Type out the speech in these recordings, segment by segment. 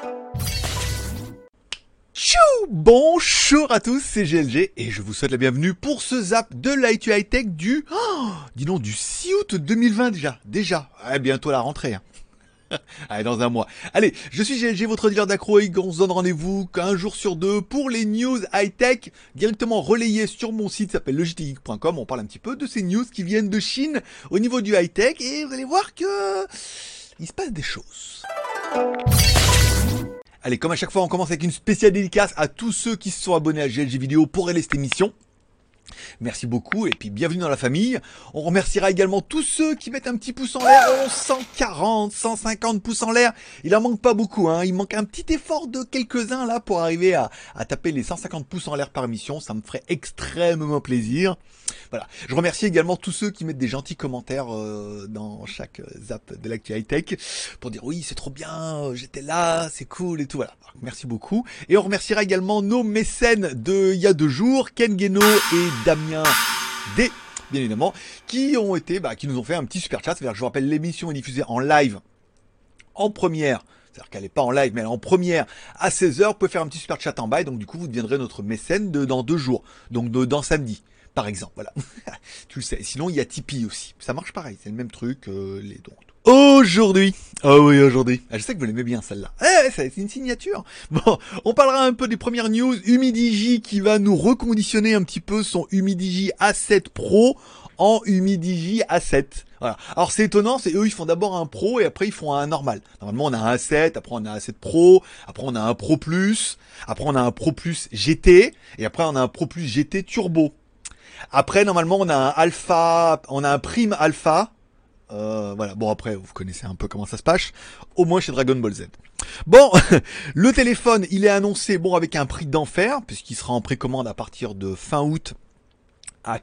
Tchou! Bonjour à tous, c'est GLG et je vous souhaite la bienvenue pour ce zap de l'IT High Tech du... dis donc, du 6 août 2020 déjà. Bientôt la rentrée. Allez, dans un mois. Allez, je suis GLG, votre dealer d'accro et on se donne rendez-vous qu'un jour sur deux pour les news high-tech directement relayées sur mon site, ça s'appelle legitgeek.com. On parle un petit peu de ces news qui viennent de Chine au niveau du high-tech et vous allez voir que il se passe des choses. Allez, comme à chaque fois, on commence avec une spéciale dédicace à tous ceux qui se sont abonnés à GLG Vidéo pour aider cette émission. Merci beaucoup et puis bienvenue dans la famille. On remerciera également tous ceux qui mettent un petit pouce en l'air. 140, 150 pouces en l'air. Il en manque pas beaucoup, hein. Il manque un petit effort de quelques-uns là pour arriver à taper les 150 pouces en l'air par émission. Ça me ferait extrêmement plaisir. Voilà. Je remercie également tous ceux qui mettent des gentils commentaires dans chaque zap de l'actu high-tech pour dire oui, c'est trop bien, j'étais là, c'est cool et tout. Voilà. Alors, merci beaucoup. Et on remerciera également nos mécènes de il y a 2 jours, Ken Guéno et Damien D, bien évidemment, qui ont été, qui nous ont fait un petit super chat. C'est-à-dire que je vous rappelle, l'émission est diffusée en live, en première. C'est-à-dire qu'elle n'est pas en live, mais elle est en première à 16h. Vous pouvez faire un petit super chat en bas et donc du coup, vous deviendrez notre mécène dans 2 jours. Donc dans samedi. Par exemple, voilà. Tu le sais. Sinon, il y a Tipeee aussi. Ça marche pareil. C'est le même truc, les dons. Aujourd'hui. Je sais que vous l'aimez bien, celle-là. C'est une signature. Bon, on parlera un peu des premières news. Humidigi qui va nous reconditionner un petit peu son Humidigi A7 Pro en Humidigi A7. Voilà. Alors, c'est étonnant. C'est eux, ils font d'abord un Pro et après, ils font un normal. Normalement, on a un A7. Après, on a un A7 Pro. Après, on a un Pro Plus. Après, on a un Pro Plus GT. Et après, on a un Pro Plus GT Turbo. Après, normalement, on a un alpha, on a un prime alpha. Voilà. Bon, après, vous connaissez un peu comment ça se passe. Au moins chez Dragon Ball Z. Bon, le téléphone, il est annoncé, avec un prix d'enfer, puisqu'il sera en précommande à partir de fin août à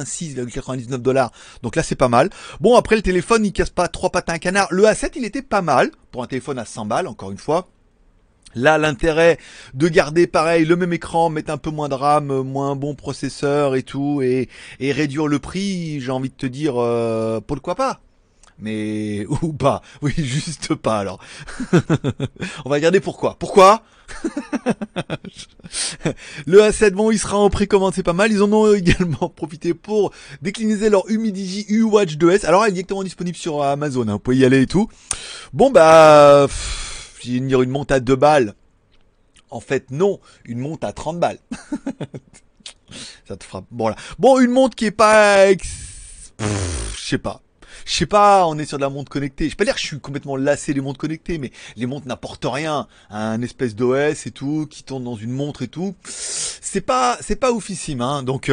86,99$. Donc là, c'est pas mal. Bon, après, le téléphone, il casse pas 3 pattes à un canard. Le A7, il était pas mal pour un téléphone à 100 balles, encore une fois. Là, l'intérêt de garder pareil le même écran, mettre un peu moins de RAM, moins bon processeur et tout, et réduire le prix, j'ai envie de te dire, pourquoi pas? Mais, ou pas. Oui, juste pas, alors. On va regarder pourquoi. Pourquoi? Le A7, bon, il sera en précommande, c'est pas mal. Ils en ont également profité pour décliner leur Humidigi U-Watch 2S. Alors, elle est directement disponible sur Amazon, hein, vous pouvez y aller et tout. Bon, j'ai dire une montre à 2 balles. En fait, non. Une montre à 30 balles. Ça te frappe. Bon, là. Bon, une montre qui est pas... Je sais pas, on est sur de la montre connectée. Je vais pas dire que je suis complètement lassé des montres connectées, mais les montres n'apportent rien. Un espèce d'OS et tout, qui tourne dans une montre et tout. C'est pas oufissime, hein. Donc,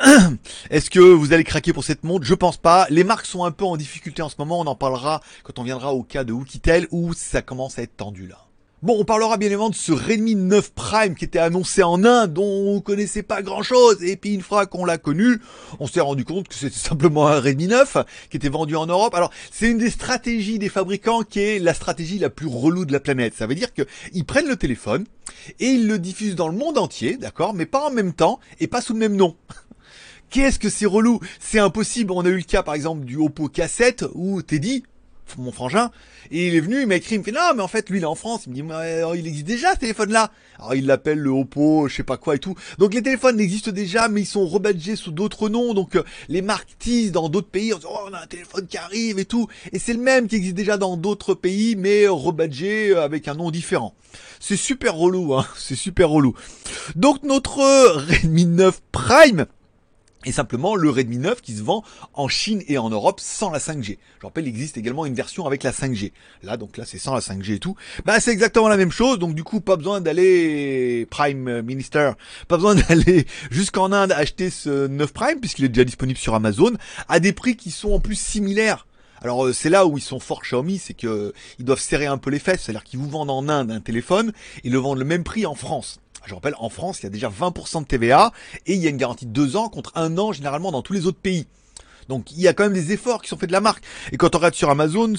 est-ce que vous allez craquer pour cette montre? Je pense pas. Les marques sont un peu en difficulté en ce moment. On en parlera quand on viendra au cas de Oukitel, où ça commence à être tendu, là. Bon, on parlera bien évidemment de ce Redmi 9 Prime qui était annoncé en Inde, dont on connaissait pas grand chose, et puis une fois qu'on l'a connu, on s'est rendu compte que c'était simplement un Redmi 9 qui était vendu en Europe. Alors, c'est une des stratégies des fabricants qui est la stratégie la plus relou de la planète. Ça veut dire que ils prennent le téléphone et ils le diffusent dans le monde entier, d'accord, mais pas en même temps et pas sous le même nom. Qu'est-ce que c'est relou? C'est impossible. On a eu le cas par exemple du Oppo K7 où Teddy, mon frangin, et il est venu, il m'a écrit, il me fait non mais en fait lui il est en France, il me dit mais il existe déjà ce téléphone là, alors il l'appelle le Oppo, je sais pas quoi et tout, donc les téléphones existent déjà mais ils sont rebadgés sous d'autres noms, donc les marques teasent dans d'autres pays, on dit oh on a un téléphone qui arrive et tout, et c'est le même qui existe déjà dans d'autres pays mais rebadgé avec un nom différent. C'est super relou, hein, c'est super relou. Donc notre Redmi 9 Prime et simplement le Redmi 9 qui se vend en Chine et en Europe sans la 5G. Je rappelle, il existe également une version avec la 5G. Là, donc là, c'est sans la 5G et tout. C'est exactement la même chose. Donc du coup, pas besoin d'aller Prime Minister, pas besoin d'aller jusqu'en Inde acheter ce 9 Prime puisqu'il est déjà disponible sur Amazon à des prix qui sont en plus similaires. Alors c'est là où ils sont forts Xiaomi, c'est que ils doivent serrer un peu les fesses, c'est-à-dire qu'ils vous vendent en Inde un téléphone et le vendent le même prix en France. Je rappelle, en France, il y a déjà 20% de TVA et il y a une garantie de 2 ans contre 1 an généralement dans tous les autres pays. Donc il y a quand même des efforts qui sont faits de la marque. Et quand on regarde sur Amazon,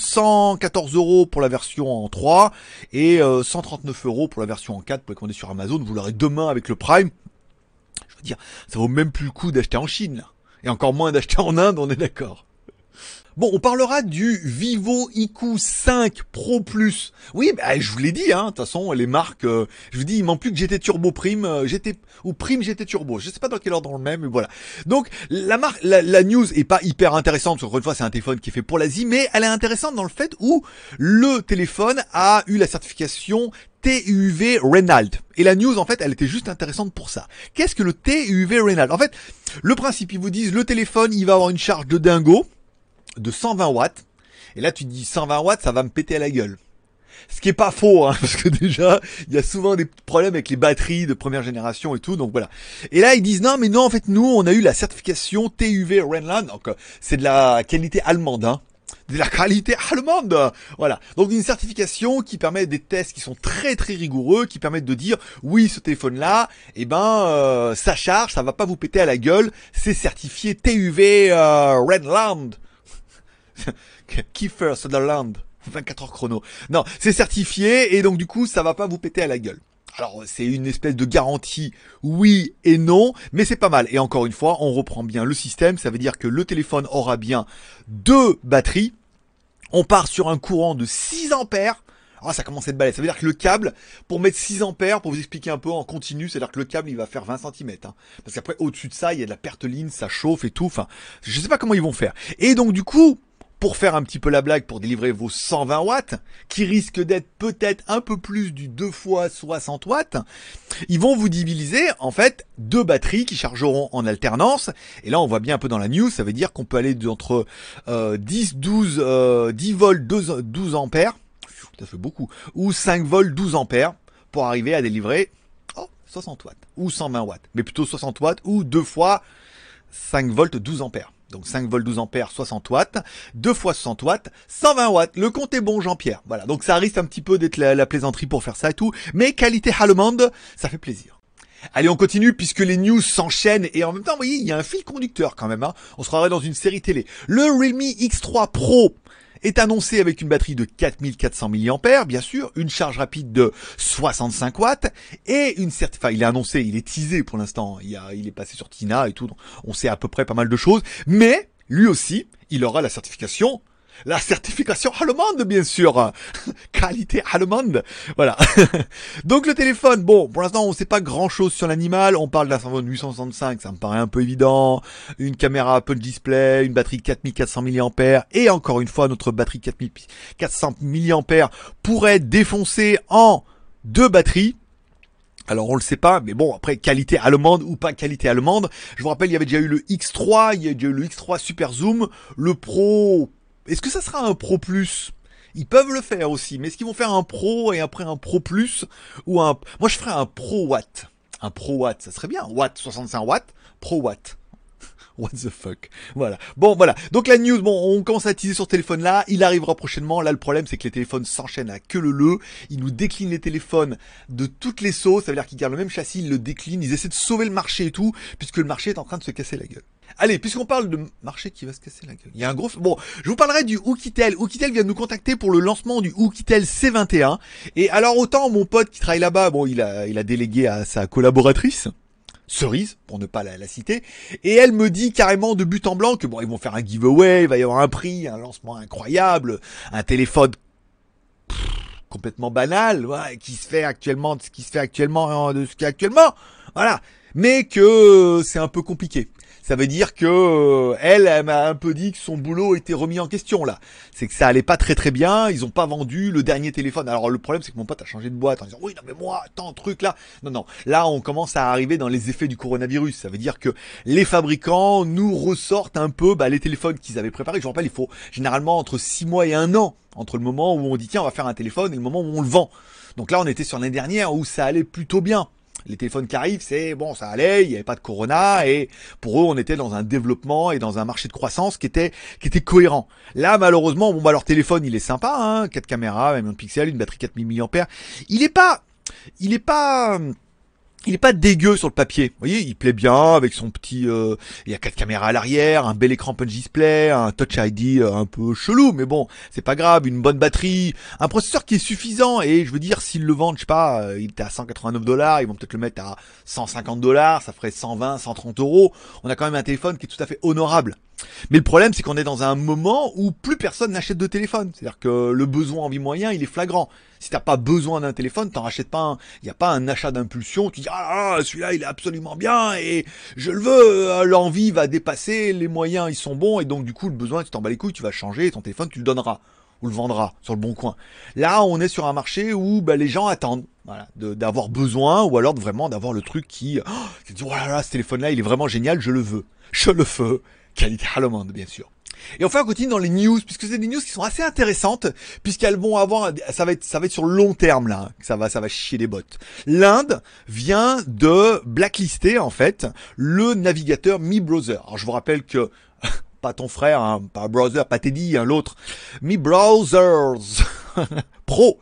114€ pour la version en 3 et 139€ pour la version en 4 pour les commander sur Amazon. Vous l'aurez demain avec le Prime. Je veux dire, ça vaut même plus le coup d'acheter en Chine, là. Et encore moins d'acheter en Inde, on est d'accord. Bon, on parlera du Vivo IQ5 Pro Plus. Oui, bah, je vous l'ai dit, hein. De toute façon, les marques, je vous dis, il manque plus que GT Turbo Prime, ou Prime GT Turbo. Je sais pas dans quel ordre on le met, mais voilà. Donc, la news est pas hyper intéressante, parce qu'encore une fois, c'est un téléphone qui est fait pour l'Asie, mais elle est intéressante dans le fait où le téléphone a eu la certification TUV Reynald. Et la news, en fait, elle était juste intéressante pour ça. Qu'est-ce que le TUV Reynald? En fait, le principe, ils vous disent, le téléphone, il va avoir une charge de dingo, de 120 watts. Et là, tu te dis 120 watts, ça va me péter à la gueule. Ce qui est pas faux, hein, parce que déjà, il y a souvent des problèmes avec les batteries de première génération et tout, donc voilà. Et là, ils disent non, mais non, en fait, nous, on a eu la certification TUV Rheinland, donc c'est de la qualité allemande, hein. De la qualité allemande, voilà. Donc une certification qui permet des tests qui sont très très rigoureux, qui permettent de dire oui, ce téléphone-là, eh ben, ça charge, ça va pas vous péter à la gueule, c'est certifié TUV Rheinland. Kiefer Sutherland, 24 heures chrono. Non, c'est certifié et donc du coup ça va pas vous péter à la gueule. Alors c'est une espèce de garantie oui et non, mais c'est pas mal. Et encore une fois, on reprend bien le système, ça veut dire que le téléphone aura bien 2 batteries. On part sur un courant de 6 ampères. Ah, ça commence à être balèze. Ça veut dire que le câble, pour mettre 6 ampères, pour vous expliquer un peu en continu, c'est-à-dire que le câble, il va faire 20 cm. Hein. Parce qu'après, au-dessus de ça, il y a de la perte ligne, ça chauffe et tout. Enfin, je sais pas comment ils vont faire. Et donc, du coup, pour faire un petit peu la blague, pour délivrer vos 120 watts, qui risquent d'être peut-être un peu plus du 2 fois 60 watts, ils vont vous diviser, en fait, 2 batteries qui chargeront en alternance. Et là, on voit bien un peu dans la news, ça veut dire qu'on peut aller entre 10 volts, 12 ampères, ça fait beaucoup, ou 5 volts, 12 ampères, pour arriver à délivrer 60 watts, ou 120 watts, mais plutôt 60 watts, ou 2 fois 5 volts, 12 ampères. Donc 5 volts 12 ampères, 60 watts, 2 fois 60 watts, 120 watts. Le compte est bon, Jean-Pierre. Voilà, donc ça risque un petit peu d'être la plaisanterie pour faire ça et tout, mais qualité allemande, ça fait plaisir. Allez, on continue puisque les news s'enchaînent et en même temps, vous voyez, il y a un fil conducteur quand même. Hein. On se croirait dans une série télé. Le Realme X3 Pro est annoncé avec une batterie de 4400 mAh, bien sûr, une charge rapide de 65 watts et enfin, il est annoncé, il est teasé pour l'instant, il est passé sur Tina et tout, donc on sait à peu près pas mal de choses, mais lui aussi, il aura la certification allemande, bien sûr. Qualité allemande. Voilà. Donc le téléphone, bon, pour l'instant, on sait pas grand chose sur l'animal. On parle d'un Snapdragon 865, ça me paraît un peu évident. Une caméra Punch Display, une batterie de 4400 mAh. Et encore une fois, notre batterie 4400 mAh pourrait être défoncée en 2 batteries. Alors on le sait pas, mais bon, après qualité allemande ou pas qualité allemande. Je vous rappelle, il y avait déjà eu le X3, il y a déjà eu le X3 Super Zoom, le Pro. Est-ce que ça sera un Pro Plus? Ils peuvent le faire aussi, mais est-ce qu'ils vont faire un Pro et après un Pro Plus ou un... Moi je ferais un Pro Watt. Un Pro Watt, ça serait bien. Watt, 65 watts, Pro Watt. What the fuck. Voilà. Bon, voilà. Donc la news, bon, on commence à teaser sur ce téléphone-là. Il arrivera prochainement. Là, le problème, c'est que les téléphones s'enchaînent à queue leu. Ils nous déclinent les téléphones de toutes les sauces. Ça veut dire qu'ils gardent le même châssis, ils le déclinent. Ils essaient de sauver le marché et tout, puisque le marché est en train de se casser la gueule. Allez, puisqu'on parle de marché qui va se casser la gueule. Il y a un gros... Bon, je vous parlerai du Oukitel. Oukitel vient de nous contacter pour le lancement du Oukitel C21. Et alors, autant mon pote qui travaille là-bas, bon, il a délégué à sa collaboratrice, Cerise, pour ne pas la citer, et elle me dit carrément de but en blanc que bon, ils vont faire un giveaway, il va y avoir un prix, un lancement incroyable, un téléphone complètement banal, ouais, qui se fait actuellement, de ce qui est actuellement, voilà, mais que c'est un peu compliqué. Ça veut dire que elle m'a un peu dit que son boulot était remis en question là. C'est que ça allait pas très très bien, ils ont pas vendu le dernier téléphone. Alors le problème c'est que mon pote a changé de boîte en disant oui non mais moi tant truc là. Non, là on commence à arriver dans les effets du coronavirus. Ça veut dire que les fabricants nous ressortent un peu les téléphones qu'ils avaient préparés. Je vous rappelle, il faut généralement entre 6 mois et 1 an entre le moment où on dit tiens on va faire un téléphone et le moment où on le vend. Donc là on était sur l'année dernière où ça allait plutôt bien. Les téléphones qui arrivent, c'est bon, ça allait, il n'y avait pas de corona, et pour eux, on était dans un développement et dans un marché de croissance qui était cohérent. Là, malheureusement, leur téléphone, il est sympa, hein, 4 caméras, même un pixel, une batterie 4000 mAh. Il est pas dégueu sur le papier. Vous voyez, il plaît bien avec son petit... il y a 4 caméras à l'arrière, un bel écran Punch Display, un Touch ID un peu chelou, mais bon, c'est pas grave, une bonne batterie, un processeur qui est suffisant, et je veux dire, s'ils le vendent, je sais pas, il était à 189 $, ils vont peut-être le mettre à 150 $, ça ferait 120, 130 €. On a quand même un téléphone qui est tout à fait honorable. Mais le problème, c'est qu'on est dans un moment où plus personne n'achète de téléphone. C'est-à-dire que le besoin en vie moyen, il est flagrant. Si t'as pas besoin d'un téléphone, t'en rachètes pas un. Il n'y a pas un achat d'impulsion. Tu dis, ah là, celui-là, il est absolument bien et je le veux. L'envie va dépasser, les moyens, ils sont bons. Et donc, du coup, le besoin, tu t'en bats les couilles, tu vas changer et ton téléphone, tu le donneras. Ou le vendras sur le bon coin. Là, on est sur un marché où les gens attendent. Voilà, d'avoir besoin ou alors vraiment d'avoir le truc qui dit, oh là là, ce téléphone-là, il est vraiment génial, je le veux. Je le veux. Qualité allemande, bien sûr. Et enfin, on continue dans les news, puisque c'est des news qui sont assez intéressantes, puisqu'elles vont avoir, ça va être sur le long terme, là, ça va chier des bottes. L'Inde vient de blacklister, en fait, le navigateur Mi Browser. Alors, je vous rappelle que, pas ton frère, hein, pas Browser, pas Teddy, hein, l'autre, Mi Browsers Pro,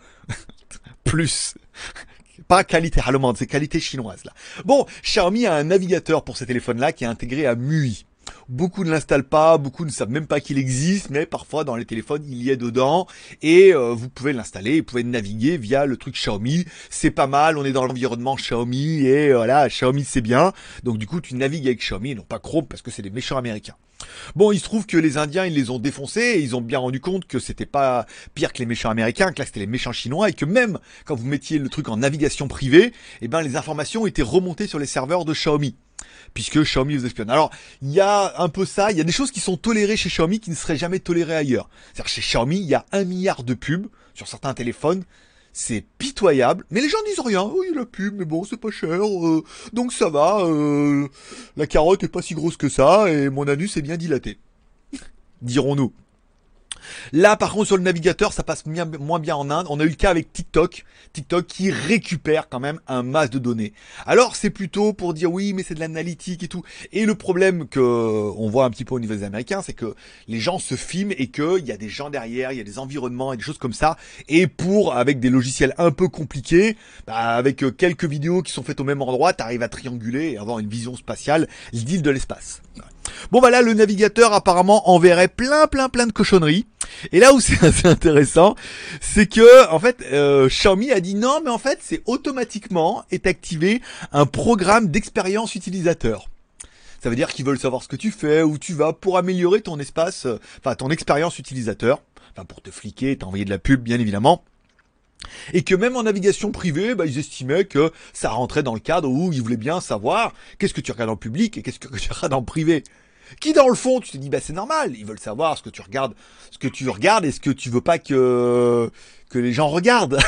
plus. Pas qualité allemande, c'est qualité chinoise, là. Bon, Xiaomi a un navigateur pour ces téléphones-là qui est intégré à MUI. Beaucoup ne l'installent pas, beaucoup ne savent même pas qu'il existe, mais parfois dans les téléphones il y est dedans et vous pouvez l'installer, vous pouvez naviguer via le truc Xiaomi. C'est pas mal, on est dans l'environnement Xiaomi et voilà, Xiaomi c'est bien. Donc du coup tu navigues avec Xiaomi, non pas Chrome parce que c'est des méchants américains. Bon, il se trouve que les Indiens ils les ont défoncés et ils ont bien rendu compte que c'était pas pire que les méchants américains, que là c'était les méchants chinois et que même quand vous mettiez le truc en navigation privée, eh ben les informations étaient remontées sur les serveurs de Xiaomi. Puisque Xiaomi vous espionne. Alors, il y a un peu ça, il y a des choses qui sont tolérées chez Xiaomi qui ne seraient jamais tolérées ailleurs. C'est-à-dire chez Xiaomi, il y a 1 milliard de pubs sur certains téléphones, c'est pitoyable, mais les gens disent rien. Oui, la pub, mais bon, c'est pas cher, donc ça va, la carotte est pas si grosse que ça, et mon anus est bien dilaté. Dirons-nous. Là, par contre, sur le navigateur, ça passe moins bien en Inde. On a eu le cas avec TikTok. TikTok qui récupère quand même un masse de données. Alors, c'est plutôt pour dire oui, mais c'est de l'analytique et tout. Et le problème que on voit un petit peu au niveau des Américains, c'est que les gens se filment et qu'il y a des gens derrière, il y a des environnements et des choses comme ça. Et avec des logiciels un peu compliqués, avec quelques vidéos qui sont faites au même endroit, t'arrives à trianguler et avoir une vision spatiale, l'île de l'espace. Bon là, le navigateur apparemment enverrait plein de cochonneries. Et là où c'est assez intéressant, c'est que en fait Xiaomi a dit non, mais en fait c'est automatiquement est activé un programme d'expérience utilisateur. Ça veut dire qu'ils veulent savoir ce que tu fais, où tu vas pour améliorer ton espace, ton expérience utilisateur, pour te fliquer, t'envoyer de la pub bien évidemment. Et que même en navigation privée, ils estimaient que ça rentrait dans le cadre où ils voulaient bien savoir qu'est-ce que tu regardes en public et qu'est-ce que tu regardes en privé. Qui dans le fond, tu te dis c'est normal, ils veulent savoir ce que tu regardes et ce que tu veux pas que les gens regardent.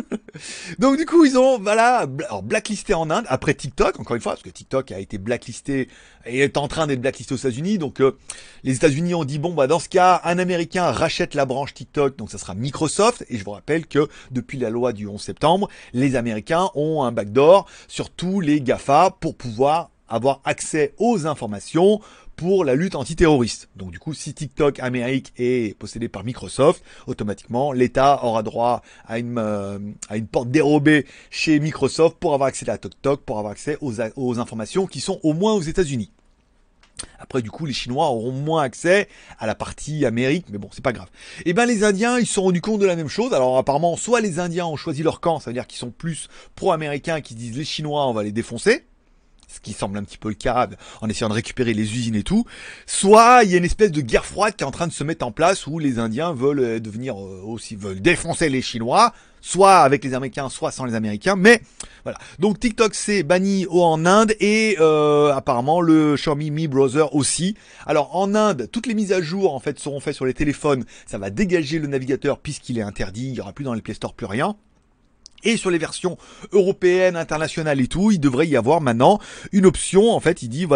Donc du coup, ils ont blacklisté en Inde après TikTok, encore une fois, parce que TikTok a été blacklisté et est en train d'être blacklisté aux États-Unis. Donc les États-Unis ont dit dans ce cas, un Américain rachète la branche TikTok, donc ça sera Microsoft. Et je vous rappelle que depuis la loi du 11 septembre, les Américains ont un backdoor sur tous les GAFA pour pouvoir avoir accès aux informations pour la lutte antiterroriste. Donc du coup, si TikTok Amérique est possédé par Microsoft, automatiquement, l'État aura droit à une porte dérobée chez Microsoft pour avoir accès à TikTok, pour avoir accès aux informations qui sont au moins aux États-Unis. Après, du coup, les Chinois auront moins accès à la partie Amérique, mais bon, c'est pas grave. Et les Indiens, ils se sont rendus compte de la même chose. Alors, apparemment, soit les Indiens ont choisi leur camp, ça veut dire qu'ils sont plus pro-américains, qui disent les Chinois, on va les défoncer. Ce qui semble un petit peu le cas en essayant de récupérer les usines et tout, soit il y a une espèce de guerre froide qui est en train de se mettre en place où les Indiens veulent veulent défoncer les Chinois, soit avec les Américains, soit sans les Américains, mais voilà. Donc TikTok c'est banni en Inde et apparemment le Xiaomi Mi Browser aussi. Alors en Inde, toutes les mises à jour en fait seront faites sur les téléphones, ça va dégager le navigateur puisqu'il est interdit, il n'y aura plus dans les Play Store plus rien. Et sur les versions européennes, internationales et tout, il devrait y avoir maintenant une option. En fait, il dit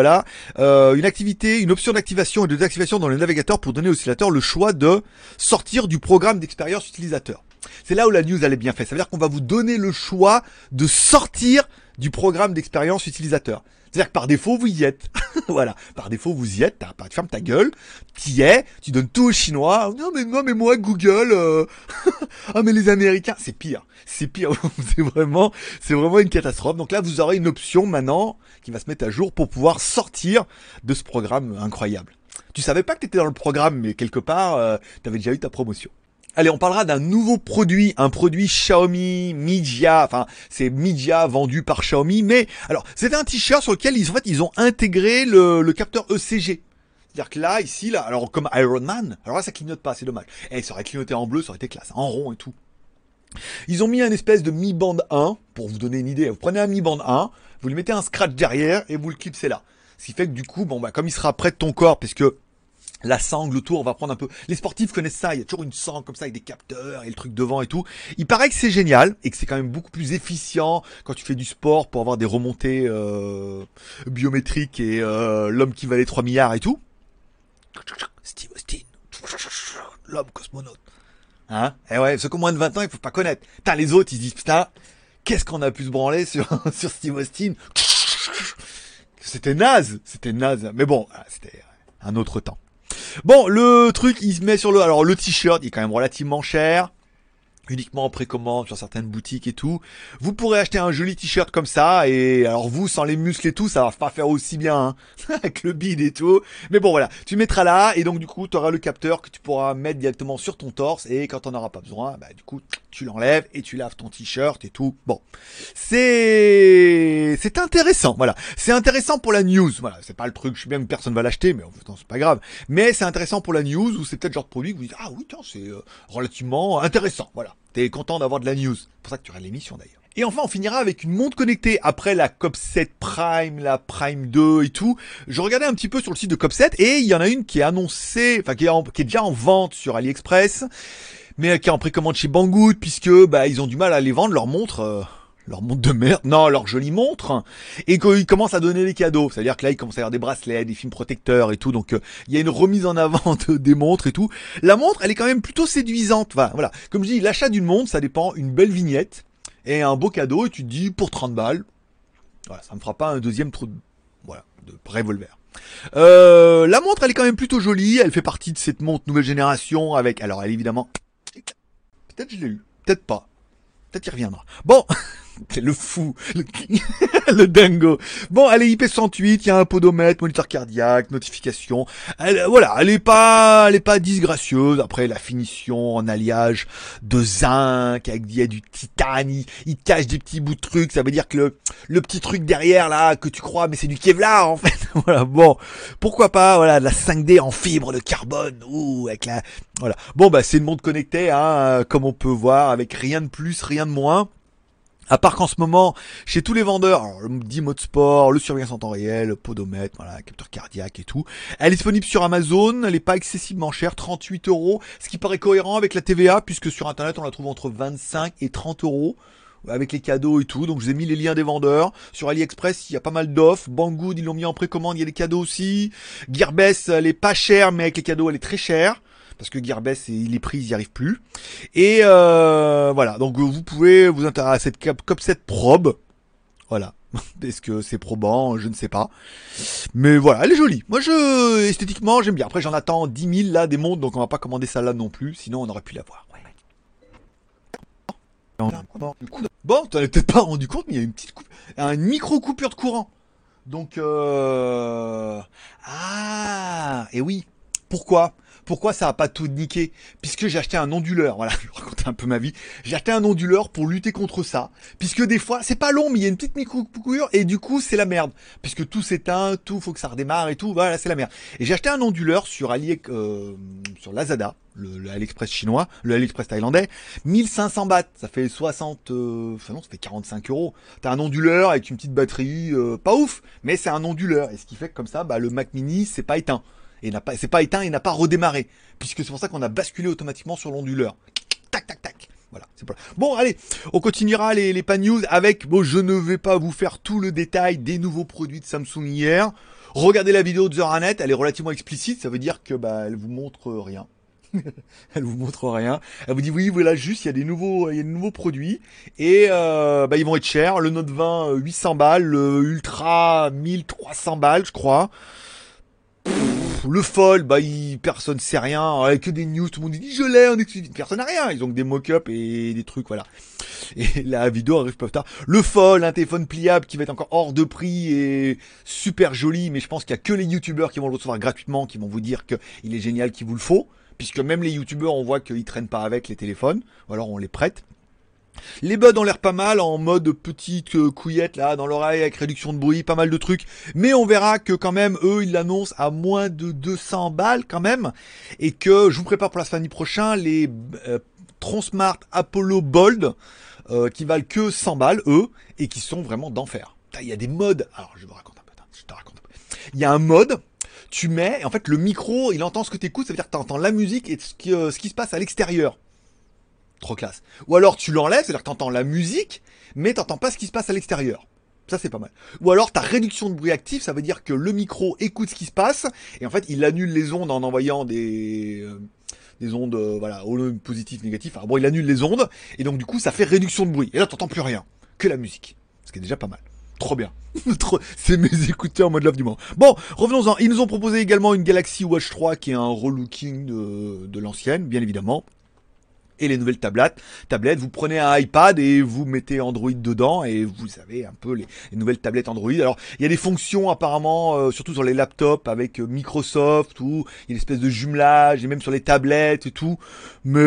une option d'activation et de désactivation dans le navigateur pour donner aux utilisateurs le choix de sortir du programme d'expérience utilisateur. C'est là où la news elle est bien faite. Ça veut dire qu'on va vous donner le choix de sortir du programme d'expérience utilisateur. C'est-à-dire que par défaut, vous y êtes. Voilà. Par défaut, vous y êtes. Tu fermes ta gueule. T'y es. Tu donnes tout aux Chinois. Non, mais moi, Google, ah, mais les Américains. C'est pire. C'est pire. c'est vraiment une catastrophe. Donc là, vous aurez une option maintenant qui va se mettre à jour pour pouvoir sortir de ce programme incroyable. Tu savais pas que t'étais dans le programme, mais quelque part, t'avais déjà eu ta promotion. Allez, on parlera d'un nouveau produit, un produit Xiaomi Mijia, c'est Mijia vendu par Xiaomi, mais alors c'est un t-shirt sur lequel ils ont intégré le capteur ECG. C'est-à-dire que là, ici, là, alors comme Iron Man, alors là ça clignote pas, c'est dommage. Et ça aurait clignoté en bleu, ça aurait été classe, en rond et tout. Ils ont mis un espèce de Mi Band 1, pour vous donner une idée. Vous prenez un Mi Band 1, vous lui mettez un scratch derrière et vous le clipsez là. Ce qui fait que du coup, bon bah comme il sera près de ton corps, parce que la sangle autour va prendre un peu. Les sportifs connaissent ça, il y a toujours une sangle comme ça avec des capteurs et le truc devant et tout. Il paraît que c'est génial et que c'est quand même beaucoup plus efficient quand tu fais du sport pour avoir des remontées biométriques et l'homme qui valait 3 milliards et tout. Steve Austin, l'homme cosmonaute. Hein? Eh ouais, ceux qui ont moins de 20 ans, il faut pas connaître. Putain, les autres, ils se disent, putain, qu'est-ce qu'on a pu se branler sur Steve Austin? C'était naze. Mais bon, c'était un autre temps. Bon, le truc, il se met sur le... Alors, le t-shirt, il est quand même relativement cher. Uniquement en précommande sur certaines boutiques et tout. Vous pourrez acheter un joli t-shirt comme ça. Et alors vous, sans les muscles et tout, ça va pas faire aussi bien. Hein, avec le bide et tout. Mais bon, voilà. Tu mettras là. Et donc, du coup, tu auras le capteur que tu pourras mettre directement sur ton torse. Et quand on n'aura pas besoin, bah, du coup, tu l'enlèves et tu laves ton t-shirt et tout. Bon. C'est intéressant. Voilà. C'est intéressant pour la news. Voilà. C'est pas le truc. Je sais bien que personne va l'acheter. Mais non, c'est pas grave. Mais c'est intéressant pour la news. Ou c'est peut-être le genre de produit que vous dites, ah oui, tiens, c'est relativement intéressant. Voilà. T'es content d'avoir de la news. C'est pour ça que tu regardes l'émission d'ailleurs. Et enfin, on finira avec une montre connectée. Après la Cop7 Prime, la Prime 2 et tout, je regardais un petit peu sur le site de Cop7 et il y en a une qui est annoncée, enfin qui est déjà en vente sur AliExpress, mais qui est en précommande chez Banggood puisque bah ils ont du mal à les vendre leurs montres. Leur montre de merde, non, leur jolie montre, et qu'ils commencent à donner des cadeaux, c'est-à-dire que là, ils commencent à avoir des bracelets, des films protecteurs et tout, donc il y a une remise en avant des montres et tout. La montre, elle est quand même plutôt séduisante, enfin, voilà, comme je dis, l'achat d'une montre, ça dépend, une belle vignette, et un beau cadeau, et tu te dis, pour 30 balles, voilà, ça me fera pas un deuxième trou de, voilà, de revolver. La montre, elle est quand même plutôt jolie, elle fait partie de cette montre nouvelle génération, avec, alors, elle évidemment, peut-être je l'ai eu, peut-être pas. Peut-être qu'il reviendra. Bon, c'est le fou, le dingo. Bon, elle est IP68, il y a un podomètre, moniteur cardiaque, notification. Voilà, elle est pas disgracieuse. Après, la finition en alliage de zinc, avec il y a du titane, il cache des petits bouts de trucs. Ça veut dire que le petit truc derrière là que tu crois, mais c'est du Kevlar en fait. Voilà, bon, pourquoi pas, voilà, de la 5D en fibre de carbone, ou avec la, voilà. Bon, bah c'est une montre connectée, hein, comme on peut voir, avec rien de plus, rien de moins. À part qu'en ce moment, chez tous les vendeurs, alors, le dit mode sport, le surveillance en temps réel, le podomètre, voilà, capteur cardiaque et tout, elle est disponible sur Amazon, elle est pas excessivement chère, 38 €, ce qui paraît cohérent avec la TVA, puisque sur Internet, on la trouve entre 25 et 30 €, avec les cadeaux et tout, donc je vous ai mis les liens des vendeurs. Sur AliExpress, il y a pas mal d'offres, Banggood, ils l'ont mis en précommande, il y a des cadeaux aussi, Gearbest, elle est pas chère, mais avec les cadeaux, elle est très chère. Parce que Gearbest, les prix, ils n'y arrivent plus. Et voilà, donc vous pouvez vous intéresser à cette Cop7 Probe. Voilà. Est-ce que c'est probant? Je ne sais pas. Mais voilà, elle est jolie. Moi, esthétiquement, j'aime bien. Après, j'en attends 10 000 là, des montres, donc on va pas commander ça là non plus. Sinon, on aurait pu l'avoir. Ouais. Bon, t'en as peut-être pas rendu compte, mais il y a une petite une micro coupure de courant. Donc, ah, et oui. Pourquoi ça a pas tout niqué? Puisque j'ai acheté un onduleur, voilà, je vais raconter un peu ma vie. J'ai acheté un onduleur pour lutter contre ça. Puisque des fois, c'est pas long, mais il y a une petite micro-coupure, et du coup, c'est la merde. Puisque tout s'éteint, tout, faut que ça redémarre et tout, voilà, c'est la merde. Et j'ai acheté un onduleur sur sur Lazada, le AliExpress chinois, le AliExpress thaïlandais, 1500 bahts, ça fait 60, enfin non, ça fait 45 €. T'as un onduleur avec une petite batterie, pas ouf, mais c'est un onduleur. Et ce qui fait que comme ça, bah, le Mac Mini, c'est pas éteint. Et c'est pas éteint et n'a pas redémarré. Puisque c'est pour ça qu'on a basculé automatiquement sur l'onduleur. Tac, tac, tac. Voilà, c'est pas... Bon, allez, on continuera les pan news avec... Bon, je ne vais pas vous faire tout le détail des nouveaux produits de Samsung hier. Regardez la vidéo de Zoranet, elle est relativement explicite. Ça veut dire que, bah, elle vous montre rien. Elle vous montre rien. Elle vous dit, oui, voilà, juste, il y a des nouveaux produits. Et, bah, ils vont être chers. Le Note 20, 800 balles. Le Ultra, 1300 balles, je crois. Le Fold, bah personne sait rien, avec que des news, tout le monde dit je l'ai en exclusivité, personne n'a rien, ils ont que des mock-ups et des trucs, voilà. Et la vidéo arrive pas tard. Le Fold, un téléphone pliable qui va être encore hors de prix et super joli, mais je pense qu'il y a que les youtubeurs qui vont le recevoir gratuitement, qui vont vous dire qu'il est génial, qu'il vous le faut, puisque même les youtubeurs, on voit qu'ils traînent pas avec les téléphones, ou alors on les prête. Les buds ont l'air pas mal en mode petite couillette là dans l'oreille avec réduction de bruit, pas mal de trucs. Mais on verra que quand même eux ils l'annoncent à moins de 200 balles quand même. Et que je vous prépare pour la samedi prochain les Tronsmart Apollo Bold qui valent que 100 balles eux et qui sont vraiment d'enfer. Il y a des modes. Alors je vous raconte un peu. Je te raconte un peu. Il y a un mode. Tu mets, et en fait le micro il entend ce que tu écoutes, ça veut dire que tu entends la musique et ce qui se passe à l'extérieur. Trop classe. Ou alors tu l'enlèves, c'est-à-dire que t'entends la musique, mais t'entends pas ce qui se passe à l'extérieur. Ça c'est pas mal. Ou alors ta réduction de bruit actif, ça veut dire que le micro écoute ce qui se passe, et en fait il annule les ondes en envoyant des ondes, voilà, positives, négatives. Enfin bon, il annule les ondes, et donc du coup ça fait réduction de bruit. Et là t'entends plus rien, que la musique. Ce qui est déjà pas mal. Trop bien. C'est mes écouteurs en mode love du moment. Bon, revenons-en. Ils nous ont proposé également une Galaxy Watch 3 qui est un relooking de l'ancienne, bien évidemment. Et les nouvelles tablettes, vous prenez un iPad et vous mettez Android dedans et vous avez un peu les nouvelles tablettes Android. Alors il y a des fonctions apparemment, surtout sur les laptops avec Microsoft, où il y a une espèce de jumelage et même sur les tablettes et tout. Mais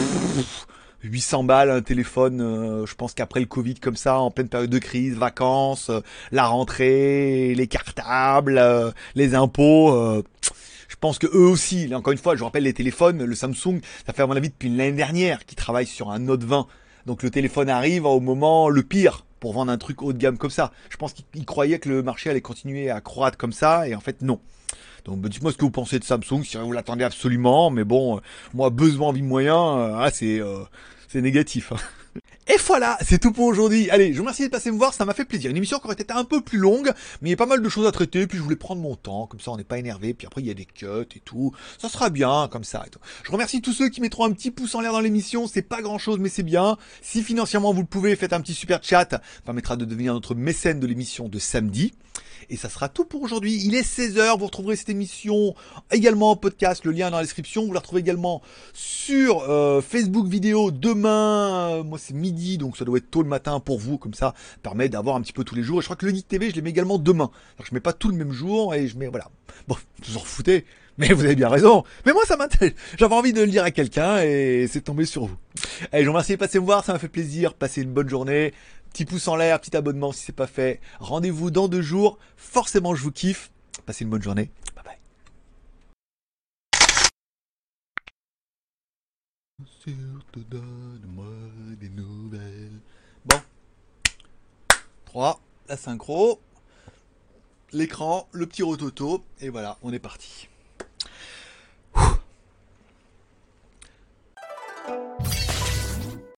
800 balles un téléphone, je pense qu'après le Covid comme ça, en pleine période de crise, vacances, la rentrée, les cartables, les impôts. Je pense que eux aussi, là, encore une fois, je vous rappelle les téléphones, le Samsung, ça fait à mon avis depuis l'année dernière qu'ils travaillent sur un Note 20. Donc le téléphone arrive au moment le pire pour vendre un truc haut de gamme comme ça. Je pense qu'ils croyaient que le marché allait continuer à croître comme ça et en fait non. Donc dites-moi ce que vous pensez de Samsung, si vous l'attendez absolument, mais bon, moi besoin, envie, moyen, c'est négatif. Hein. Et voilà, c'est tout pour aujourd'hui. Allez, je vous remercie de passer me voir, ça m'a fait plaisir. Une émission qui aurait été un peu plus longue, mais il y a pas mal de choses à traiter, puis je voulais prendre mon temps, comme ça on n'est pas énervé, puis après il y a des cuts et tout. Ça sera bien, comme ça et tout. Je remercie tous ceux qui mettront un petit pouce en l'air dans l'émission, c'est pas grand chose, mais c'est bien. Si financièrement vous le pouvez, faites un petit super chat, ça permettra de devenir notre mécène de l'émission de samedi. Et ça sera tout pour aujourd'hui. Il est 16h, vous retrouverez cette émission également en podcast, le lien est dans la description. Vous la retrouvez également sur Facebook vidéo demain. Moi c'est midi, donc ça doit être tôt le matin pour vous, comme ça permet d'avoir un petit peu tous les jours. Et je crois que le Geek TV, je les mets également demain. Alors, je mets pas tout le même jour et je mets, voilà. Bon, vous en foutez, mais vous avez bien raison. Mais moi ça m'intéresse. J'avais envie de le dire à quelqu'un et c'est tombé sur vous. Allez, je vous remercie de passer me voir, ça m'a fait plaisir. Passez une bonne journée. Petit pouce en l'air, petit abonnement si c'est pas fait. Rendez-vous dans 2 jours. Forcément, je vous kiffe. Passez une bonne journée. Bye bye. Donne-moi des nouvelles. Bon. 3, la synchro, l'écran, le petit rototo. Et voilà, on est parti.